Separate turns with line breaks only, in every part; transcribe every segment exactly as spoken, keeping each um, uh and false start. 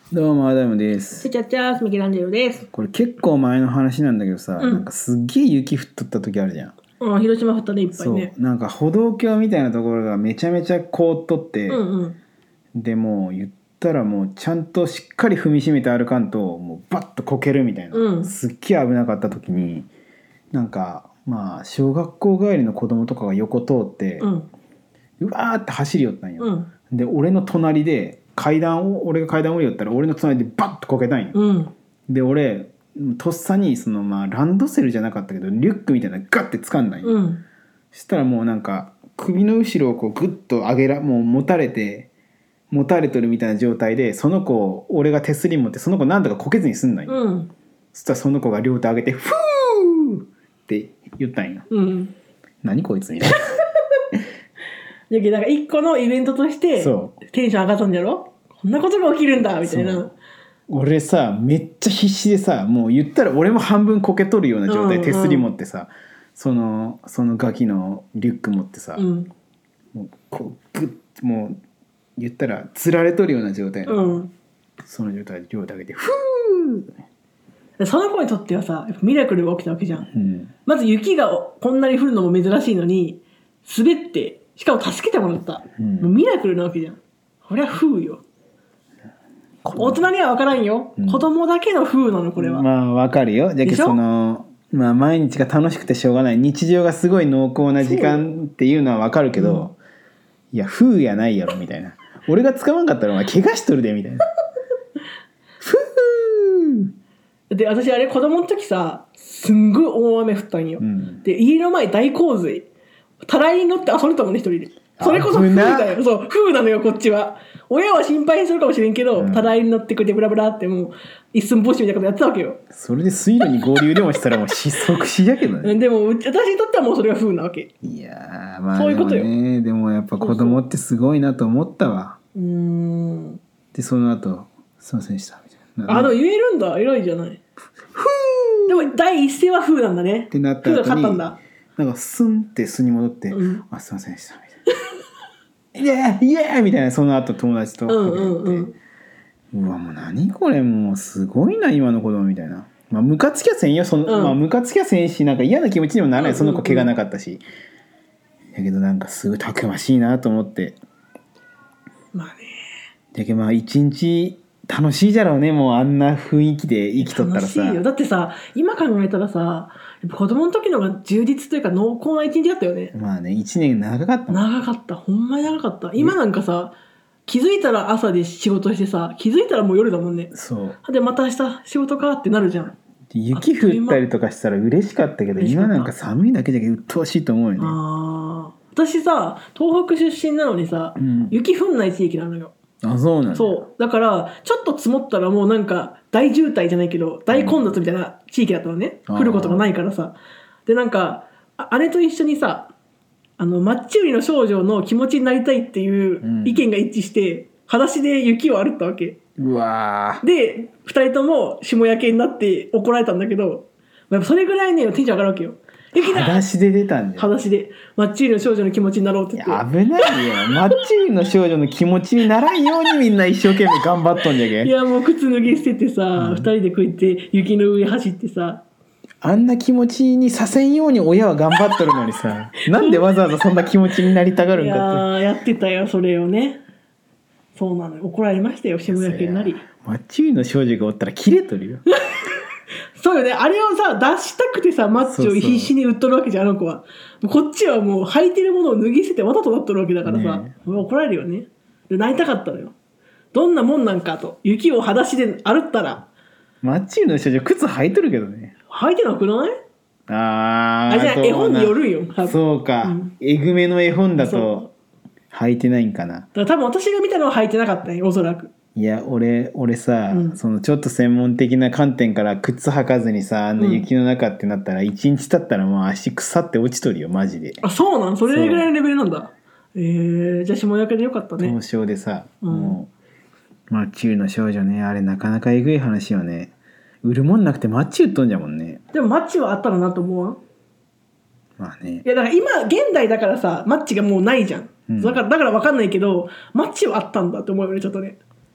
どうもアダムです。
ちゃちゃーすミケランジェロです。
これ結構前の話なんだけどさ、
うん
なんかすっげえ雪降っとった時あるじゃん。
うん、広島降ったね、いっぱいね。
そうなんか歩道橋みたいなところがめちゃめちゃ凍っとって、
うんうん
でもう言ったらもうちゃんとしっかり踏みしめて歩かんともうバッとこけるみたいな、
うん
すっげえ危なかった時になんかまあ小学校帰りの子供とかが横通って、
うん
うわーって走り寄ったんよ、
うん
で俺の隣で階段を俺が階段降り寄ったら俺の隣でバッとこけたんよ、
うん
で俺とっさにそのまあランドセルじゃなかったけどリュックみたいなのガッて掴んだんよ、
うん
そしたらもうなんか首の後ろをこうグッと上げらもう持たれて持たれとるみたいな状態でその子を俺が手すり持ってその子なんとかこけずに済んだんよ、
うん
そしたらその子が両手上げてフーって言ったんよ、
うん
何こいつみたいな
だけどなんか一個のイベントとして
そ
テンション上がったんじゃろ。こんなことが起きるんだみたいな。
俺さめっちゃ必死でさもう言ったら俺も半分こけとるような状態、
うんうん
手すり持ってさそのそのガキのリュック持ってさ、
うん
もうこうグッもう言ったらつられとるような状態の、
うん
その状態で両手上げてフ
でその子にとってはさやっぱミラクルが起きたわけじゃん。
ー、うん
まず雪がこんなに降るのも珍しいのに滑ってしかも助けてもらった、
うん
もうミラクルなわけじゃん。これは風よ。大人には分からんよ、
うん
子供だけの風なのこれは。
まあわかるよ。じゃけ
でしょ
そのまあ毎日が楽しくてしょうがない日常がすごい濃厚な時間っていうのはわかるけど、いや風やないやろみたいな。俺が使わんかったらお前怪我しとるでみたいな。ふう。
で私あれ子供の時さすんごい大雨降ったんよ、
うん、
で家の前大洪水たらいに乗って遊んでたもんね一人で。それこそ風だよ。そう風なのよこっちは。親は心配するかもしれんけど、うん、たらいに乗ってくれてブラブラってもう一寸法師みたいなことやってたわけよ。
それで水路に合流でもしたらもう失速死やけどね。
でも私にとってはもうそれが風なわけ。
いやまあ
そういうことよ。
でもねでもやっぱ子供ってすごいなと思ったわ。
うーん
でその後すいませんでしたみたいな。
あでも言えるんだ偉いじゃない。でも第一声は風なんだね。
ってなった後に
風が勝ったんだ。
なんかスンって素に戻って、
うん、
あすいませんでしたみたいな。イエーイエーイみたいなその後友達と
うんうんうん、
うわもう何これもうすごいな今の子供みたいな。まあムカつきゃせんよその、うん、まあムカつきゃせんしなんか嫌な気持ちにもならない、うんうんうん、その子怪我なかったしだけどなんかすごいたくましいなと思って。
まあね
だけどまあ一日楽しいじゃろうねもうあんな雰囲気で生きとったらさ。
楽しいよ。だってさ今考えたらさやっぱ子供の時のが充実というか濃厚な一日だったよね。
まあね一年長かった
長かったほんまに長かった。今なんかさ気づいたら朝で仕事してさ気づいたらもう夜だもんね。
そう
でまた明日仕事かってなるじゃん。
雪降ったりとかしたら嬉しかったけど今なんか寒いだけじゃ鬱陶しいと思うよね。
あ私さ東北出身なのにさ、うん、雪降んない地域なのよ。
あそうなんだ。
そうだからちょっと積もったらもうなんか大渋滞じゃないけど大混雑みたいな地域だったのね、うん、降ることがないからさ。でなんか姉と一緒にさあのマッチ売りの少女の気持ちになりたいっていう意見が一致して、うん、裸足で雪を歩ったわけ。
うわ
でふたりとも霜焼けになって怒られたんだけどやっぱそれぐらいねテンション上がるわけよ。
裸足で出たんだよ。
裸足でマッチ売りの少女の気持ちになろうって言って。
危ないよマッチ売りの少女の気持ちにならんようにみんな一生懸命頑張っとんじゃけん。
いやもう靴脱ぎ捨ててさ、うん、ふたりでこうやって雪の上走ってさ
あんな気持ちにさせんように親は頑張っとるのにさなんでわざわざそんな気持ちになりたがるんかって。
いややってたよそれをね。そうなのよ怒られましたよ霜焼けになり。
マッチ売りの少女がおったらキレとるよ
そうよねあれをさ出したくてさマッチを必死に売っとるわけじゃんあの子は。こっちはもう履いてるものを脱ぎ捨ててわざとなっとるわけだからさ、ね、怒られるよね。で泣いたかったのよ。どんなもんなんかと雪を裸足で歩ったら。
マッチ売りの少女靴履いとるけどね。
履いてなくない？
あ
あじゃあ絵本によるよ。
そうか、うん、えぐめの絵本だと履いてないんかな。だ
から多分私が見たのは履いてなかったねおそらく。
いや俺俺さ、うん、そのちょっと専門的な観点から靴履かずにさあんな雪の中ってなったら一、うん、日経ったらもう足腐って落ちとるよマジで。
あそうなんそれぐらいのレベルなんだ。えー、じゃあ霜焼けでよかったね。
凍傷でさ、うん、もうマッチ売りの少女ねあれなかなかえぐい話よね。売るもんなくてマッチ売っとんじゃもんね。
でもマッチはあったらなと思うわ。
まあね。
いやだから今現代だからさマッチがもうないじゃん、うん、だからだから分かんないけどマッチはあったんだって思うよねちょっとね。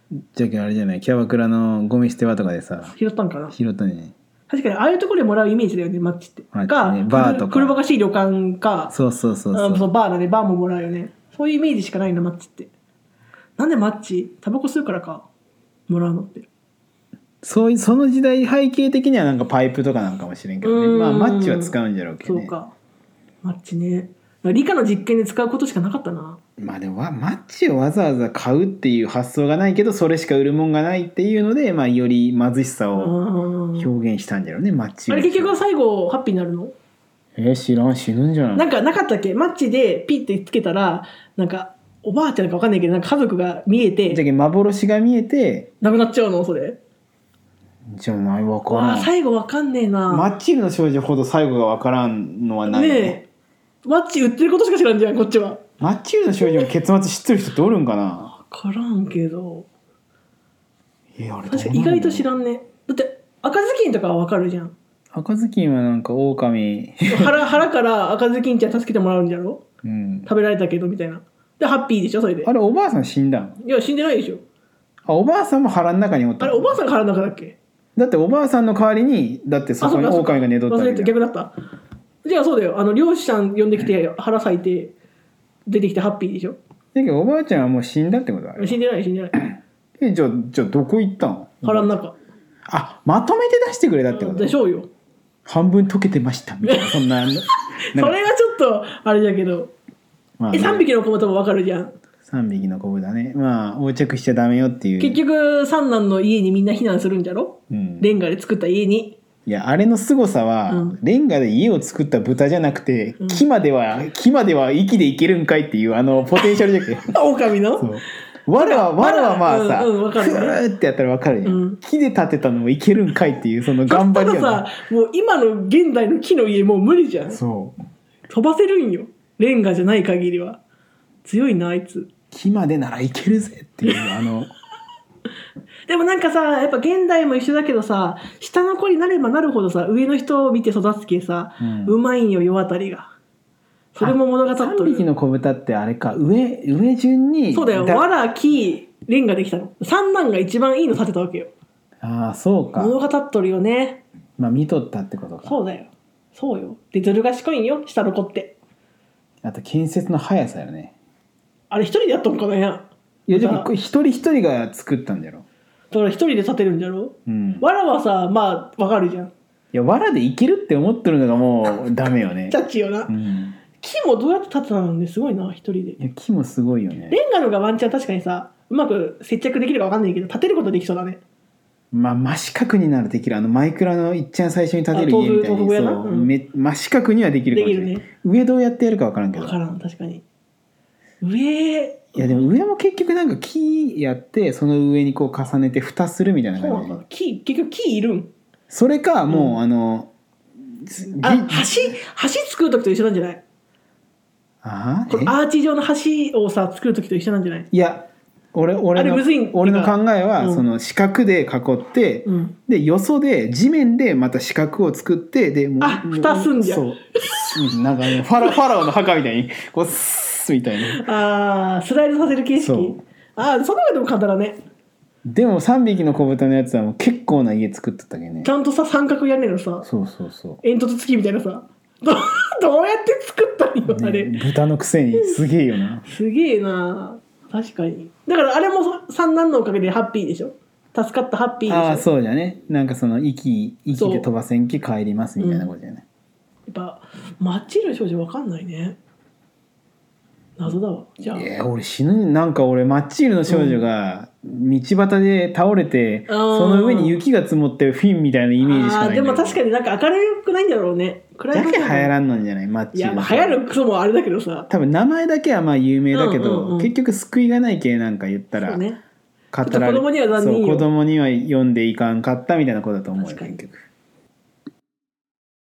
じゃけあれじゃないキャバクラのゴミ捨て場とかでさ
拾ったんかな。
拾ったね。
確かにああいうところでもらうイメージだよね、マッチって。
マッチね
か
バーとか
古ばかしい旅館か。
そうそうそうそう
あそうバーだね、バーももらうよね。そういうイメージしかないなマッチって。なんでマッチタバコ吸うからかもらうのって。
そういうその時代背景的にはなんかパイプとかなんかもしれんけどね。まあマッチは使うんじゃろうけどね。
そうかマッチね。理科の実験で使うことしかなかったな。
まあでもマッチをわざわざ買うっていう発想がないけどそれしか売るもんがないっていうので、まあ、より貧しさを表現したんだろうねマッチ。
あれ結局最後ハッピーになるの？
えー、知らん死ぬんじゃない？
なんかなかったっけ？マッチでピッてつけたらなんかおばあちゃんか分かんないけどなんか家族が見えて
じゃけ幻が見えて
なくなっちゃうのそれ？
じゃないわからん。
わ最後分かんねえな。
マッチルの少女ほど最後がわからんのはないね。
ねえマッチ売ってることしか知らんじゃんこっちは。
マッチルの少女の結末知ってる人っておるんかな？
分からんけど
えあれ
確か意外と知らんね。だって赤ずきんとかは分かるじゃん。
赤ずきんはなんか狼
腹, 腹から赤ずきんちゃん助けてもらうんじゃろ、
うん、
食べられたけどみたいな。でハッピーでしょそれで。
あれおばあさん死んだん？
いや死んでないでしょ。
あおばあさんも腹の中におった
あれおばあさんが腹の中だっけ？
だっておばあさんの代わりにだってそこに狼が寝とったわけ
忘れて逆だった。じゃあそうだよあの漁師さん呼んできて腹裂いて出てきてハッピーでしょ。
だけどおばあちゃんはもう死んだってことあれ？
死んでない死んでない
えじゃあじゃあどこ行ったん？
腹の中。
あまとめて出してくれたってこと？
でしょうよ。
半分溶けてましたみたいなそんななんか
それはちょっとあれだけど、
まあね、
えさんびきの子も多分分かるじゃん。
さんびきの子豚ねまあ横着しちゃダメよっていう。
結局三男の家にみんな避難するんじゃろ、うん、レンガで作った家に。
いやあれの凄さは、うん、レンガで家を作った豚じゃなくて、うん、木までは木までは息でいけるんかいっていうあのポテンシャルじゃけ
狼の
そうわらはわらはまあさ、
うんうん、
ふーってやったら分かるじゃん、うん、木で建てたのもいけるんかいっていうその頑張りよ、ね、
たださもう今の現代の木の家もう無理じゃん。
そう
飛ばせるんよレンガじゃない限りは。強いなあいつ。
木までならいけるぜっていうあの
でもなんかさやっぱ現代も一緒だけどさ下の子になればなるほどさ上の人を見て育つけさ、うん、うまいんよ世渡りが。それも物語っとる。
さんびきの子豚ってあれか上上順に
そうだよわら木レンガできたの。三男が一番いいの建てたわけよ。
ああそうか
物語っとるよね。
まあ見とったってことか。
そうだよそうよ。でずる賢いんよ下の子って。
あと建設の速さよね。
あれ一人でやったのかな。いや
でも一人一人が作ったんだろ。
だから一人で建てるんじゃろ、うん、わらはさまあわかるじゃん。い
やわらでいけるって思ってるのがもうダメよね
チャッチよな、うん、木もどうやって建てたのねすごいな一人で。い
や木もすごいよね。
レンガのがワンチャン確かにさうまく接着できるかわかんないけど建てることできそうだね。
まあ真四角にならできる。あのマイクラのいっちゃん最初に建てる家みたいにそう、うん、め真四角にはできるかもしれない、ね、上どうやってやるかわからんけど。
わからん確かに上
いやでも上も結局なんか木やってその上にこう重ねて蓋するみたいな感じで。
木結局木いるん。
それかもう、うん、あの
あ橋橋作る時と一緒なんじゃない？あこれアーチ状の橋をさ作る時と一緒なんじゃない？
いや俺俺の俺の考えは、うん、その四角で囲って、うん、でよそで地面でまた四角を作ってでもう
あ蓋すんじゃん。
そうなんか、ね、ファラファラオの墓みたいにこうスッみたいな
あスライドさせる形式。あその上でも簡単だね。
でもさんびきの子豚のやつはもう結構な家作っとったけどね。
ちゃんとさ三角屋根のさ
そうそうそう
煙突付きみたいなさど, どうやって作ったんよ、ね、あれ
豚のくせにすげえよな
すげえな確かに。だからあれも三男のおかげでハッピーでしょ。助かったハッピーでしょ。
ああそうじゃね。なんかその息息で飛ばせんき帰りますみたいなことじゃない、
うん、やっぱマッチる少女わかんないね。謎だわ。じゃあ
いや俺死ぬ。なんか俺マッチールの少女が道端で倒れて、うん、その上に雪が積もってフィンみたいなイメージしかないんだけど。
あでも確かになんか明るくないんだろうね。暗い
だけ流行らんのんじゃないマッチール。
いやまあ流行るクソもあれだけどさ
多分名前だけはまあ有名だけど、うんうんうん、結局救いがない系なんか言ったら、
ね、
語られ
子供には残念よ。
そう子供には読んでいかんかったみたいなことだと思うよ結局。